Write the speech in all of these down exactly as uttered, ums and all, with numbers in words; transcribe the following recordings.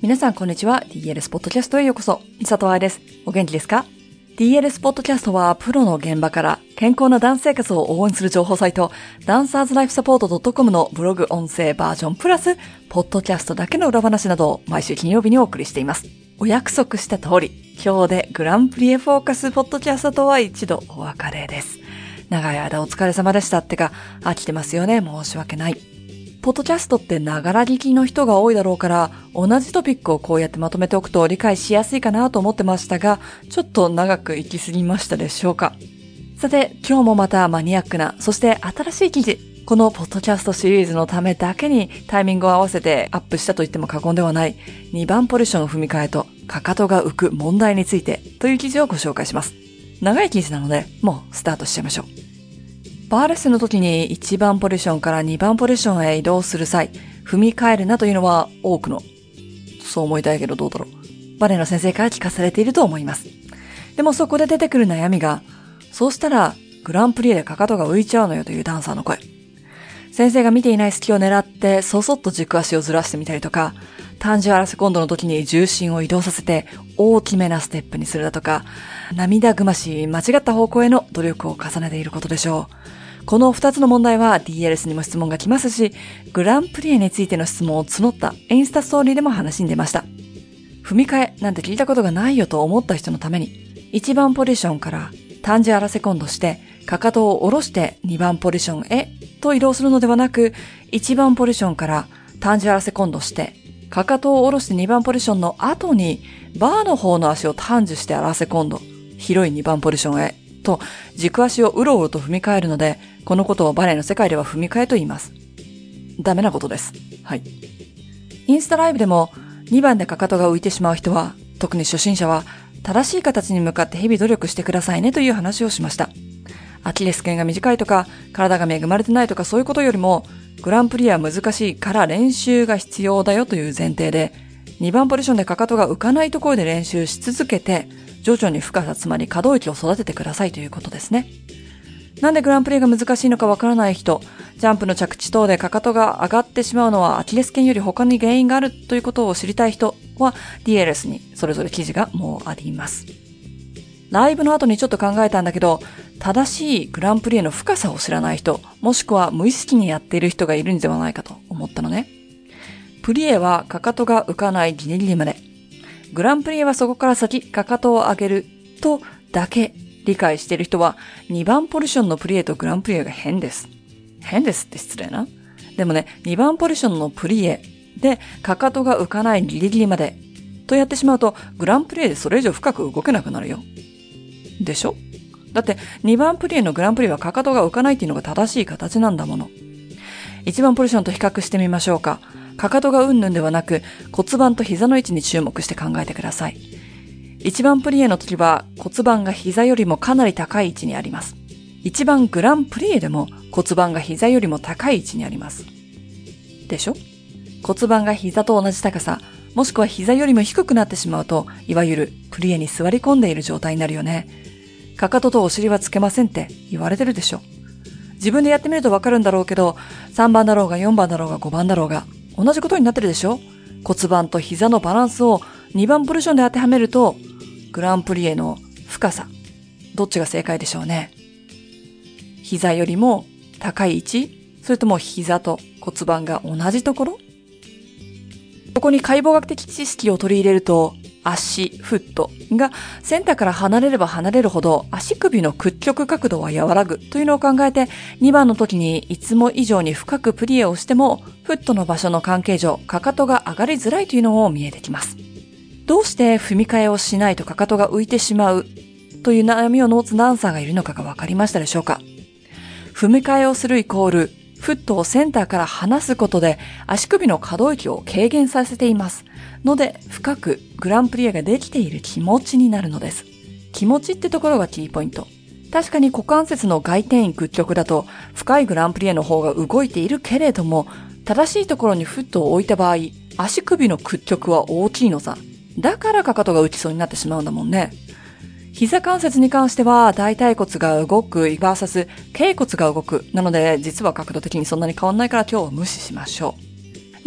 皆さんこんにちは。 ディーエルエス ポッドキャストへようこそ。佐藤愛です。お元気ですか？ ディーエルエス ポッドキャストはプロの現場から健康なダンス生活を応援する情報サイトダンサーズライフサポート .com のブログ音声バージョンプラスポッドキャストだけの裏話などを毎週金曜日にお送りしています。お約束した通り、今日でグランプリへフォーカスポッドキャストとは一度お別れです。長い間お疲れ様でしたってか飽きてますよね。申し訳ない。ポッドキャストってながら聞きの人が多いだろうから同じトピックをこうやってまとめておくと理解しやすいかなと思ってましたが、ちょっと長く行き過ぎましたでしょうか。さて今日もまたマニアックなそして新しい記事、このポッドキャストシリーズのためだけにタイミングを合わせてアップしたと言っても過言ではないにばんポジション踏み替えとかかとが浮く問題についてという記事をご紹介します。長い記事なのでもうスタートしちゃいましょう。バーレッスンの時にいちばんポジションからにばんポジションへ移動する際、踏み替えるなというのは多くの、そう思いたいけどどうだろう。バレエの先生から聞かされていると思います。でもそこで出てくる悩みが、そうしたらグランプリエでかかとが浮いちゃうのよというダンサーの声。先生が見ていない隙を狙ってそそっと軸足をずらしてみたりとか、タンジュアラセコンドの時に重心を移動させて大きめなステップにするだとか、涙ぐましい間違った方向への努力を重ねていることでしょう。このふたつの問題は ディーエルエス にも質問が来ますし、グランプリエについての質問を募ったインスタストーリーでも話に出ました。踏み替えなんて聞いたことがないよと思った人のために、いちばんポジションからタンジュアラセコンドしてかかとを下ろしてにばんポジションへと移動するのではなく、いちばんポジションからタンジュアラセコンドしてかかとを下ろしてにばんポジションの後にバーの方の足をタンジュしてアラセコンド、広いにばんポジションへと軸足をうろうろと踏み替えるので、このことをバレエの世界では踏み替えと言います。ダメなことです。はい。インスタライブでもにばんでかかとが浮いてしまう人は、特に初心者は正しい形に向かって日々努力してくださいねという話をしました。アキレス腱が短いとか体が恵まれてないとかそういうことよりも、グランプリは難しいから練習が必要だよという前提で、にばんポジションでかかとが浮かないところで練習し続けて、徐々に深さつまり可動域を育ててくださいということですね。なんでグランプリが難しいのかわからない人、ジャンプの着地等でかかとが上がってしまうのはアキレス腱より他に原因があるということを知りたい人は ディーエルエス にそれぞれ記事がもうあります。ライブの後にちょっと考えたんだけど、正しいグランプリへの深さを知らない人、もしくは無意識にやっている人がいるんではないかと思ったのね。プリエはかかとが浮かないギリギリまで。グランプリエはそこから先かかとを上げるとだけ理解している人はにばんポジションのプリエとグランプリエが変です。変ですって失礼な。でもね、にばんポジションのプリエでかかとが浮かないギリギリまでとやってしまうとグランプリエでそれ以上深く動けなくなるよ。でしょ？だってにばんプリエのグランプリエはかかとが浮かないっていうのが正しい形なんだもの。いちばんポジションと比較してみましょうか。かかとがうんぬんではなく骨盤と膝の位置に注目して考えてください。いちばんプリエの時は骨盤が膝よりもかなり高い位置にあります。いちばんグランプリエでも骨盤が膝よりも高い位置にあります。でしょ？骨盤が膝と同じ高さ、もしくは膝よりも低くなってしまうと、いわゆるプリエに座り込んでいる状態になるよね。かかととお尻はつけませんって言われてるでしょ。自分でやってみるとわかるんだろうけど、さんばんだろうがよんばんだろうがごばんだろうが、同じことになってるでしょ。骨盤と膝のバランスをにばんポジションで当てはめると、グランプリエの深さ、どっちが正解でしょうね。膝よりも高い位置、それとも膝と骨盤が同じところ？ここに解剖学的知識を取り入れると、足、フットがセンターから離れれば離れるほど足首の屈曲角度は和らぐというのを考えて、にばんの時にいつも以上に深くプリエをしてもフットの場所の関係上かかとが上がりづらいというのも見えてきます。どうして踏み替えをしないとかかとが浮いてしまうという悩みを持つダンサーがいるのかがわかりましたでしょうか。踏み替えをするイコールフットをセンターから離すことで足首の可動域を軽減させていますので、深くグランプリエができている気持ちになるのです。気持ちってところがキーポイント。確かに股関節の外転位屈曲だと深いグランプリエの方が動いているけれども、正しいところにフットを置いた場合、足首の屈曲は大きいのさ。だからかかとが浮きそうになってしまうんだもんね。膝関節に関しては大腿骨が動く ブイエス 頸骨が動くなので、実は角度的にそんなに変わんないから今日は無視しましょう。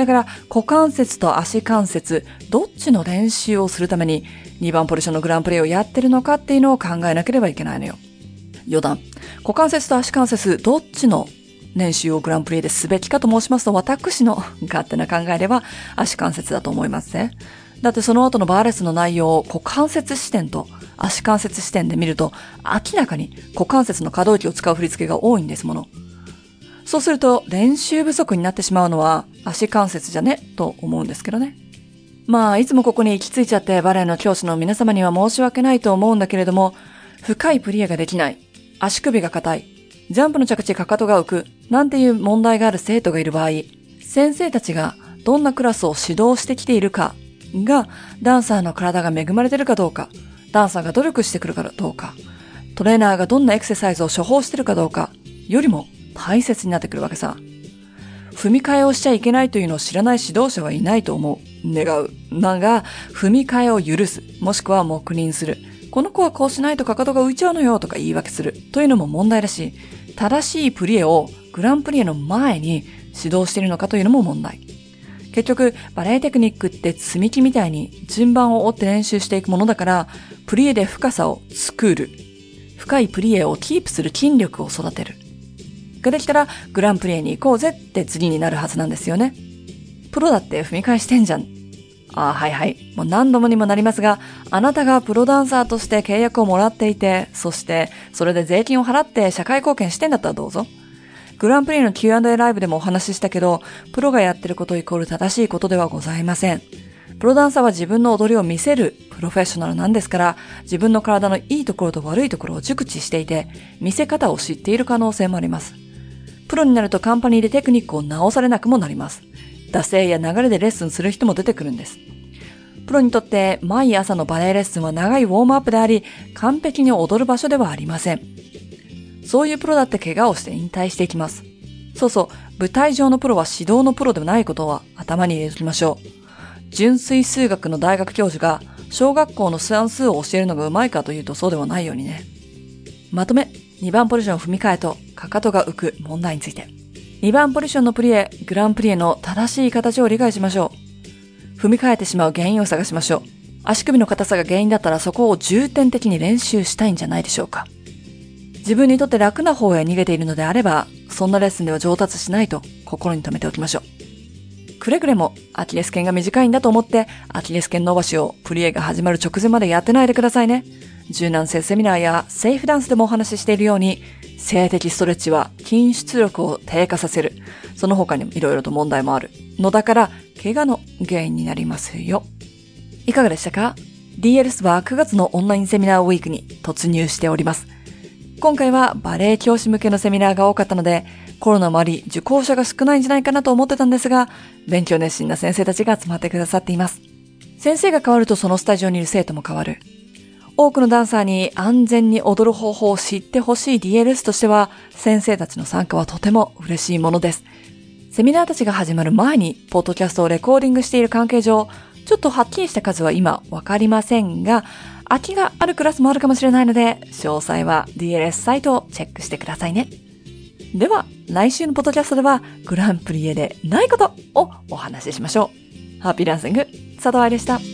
だから股関節と足関節、どっちの練習をするためににばんポジションのグランプリをやってるのかっていうのを考えなければいけないのよ。余談。股関節と足関節、どっちの練習をグランプリですべきかと申しますと、私の勝手な考えでは足関節だと思いますね。だってその後のバーレスの内容を股関節視点と足関節視点で見ると、明らかに股関節の可動域を使う振り付けが多いんですもの。そうすると練習不足になってしまうのは足関節じゃねと思うんですけどね。まあいつもここに行き着いちゃってバレエの教師の皆様には申し訳ないと思うんだけれども、深いプリエができない、足首が硬い、ジャンプの着地かかとが浮くなんていう問題がある生徒がいる場合、先生たちがどんなクラスを指導してきているかがダンサーの体が恵まれているかどうか、ダンサーが努力してくるかどうか、トレーナーがどんなエクササイズを処方しているかどうかよりも大切になってくるわけさ。踏み替えをしちゃいけないというのを知らない指導者はいないと思う。願う。だが、踏み替えを許す。もしくは黙認する。この子はこうしないとかかとが浮いちゃうのよとか言い訳する。というのも問題だし、正しいプリエをグランプリエの前に指導しているのかというのも問題。結局、バレエテクニックって積み木みたいに順番を追って練習していくものだから、プリエで深さを作る。深いプリエをキープする筋力を育てる。ができたらグランプリエに行こうぜって次になるはずなんですよね。プロだって踏み替えしてんじゃん。ああ、はいはい。もう何度もにもなりますが、あなたがプロダンサーとして契約をもらっていて、そしてそれで税金を払って社会貢献してんだったらどうぞ。グランプリエの キューアンドエー ライブでもお話ししたけど、プロがやってることイコール正しいことではございません。プロダンサーは自分の踊りを見せるプロフェッショナルなんですから、自分の体のいいところと悪いところを熟知していて、見せ方を知っている可能性もあります。プロになるとカンパニーでテクニックを直されなくもなります。惰性や流れでレッスンする人も出てくるんです。プロにとって毎朝のバレエレッスンは長いウォームアップであり、完璧に踊る場所ではありません。そういうプロだって怪我をして引退していきます。そうそう、舞台上のプロは指導のプロではないことは頭に入れておきましょう。純粋数学の大学教授が小学校の算数を教えるのがうまいかというとそうではないようにね。まとめ、にばんポジション踏み替えとかかとが浮く問題について。にばんポジションのプリエ、グランプリエの正しい形を理解しましょう。踏み替えてしまう原因を探しましょう。足首の硬さが原因だったらそこを重点的に練習したいんじゃないでしょうか。自分にとって楽な方へ逃げているのであれば、そんなレッスンでは上達しないと心に留めておきましょう。くれぐれもアキレス腱が短いんだと思ってアキレス腱伸ばしをプリエが始まる直前までやってないでくださいね。柔軟性セミナーやセーフダンスでもお話ししているように、静的ストレッチは筋出力を低下させる。その他にもいろいろと問題もあるのだから、怪我の原因になりますよ。いかがでしたか？ ディーエルエス はくがつのオンラインセミナーウィークに突入しております。今回はバレエ教師向けのセミナーが多かったので、コロナもあり受講者が少ないんじゃないかなと思ってたんですが、勉強熱心な先生たちが集まってくださっています。先生が変わるとそのスタジオにいる生徒も変わる。多くのダンサーに安全に踊る方法を知ってほしい ディーエルエス としては、先生たちの参加はとても嬉しいものです。セミナーたちが始まる前に、ポッドキャストをレコーディングしている関係上、ちょっとはっきりした数は今わかりませんが、空きがあるクラスもあるかもしれないので、詳細は ディーエルエス サイトをチェックしてくださいね。では、来週のポッドキャストでは、グランプリエでないことをお話ししましょう。ハッピーダンシング、佐藤愛でした。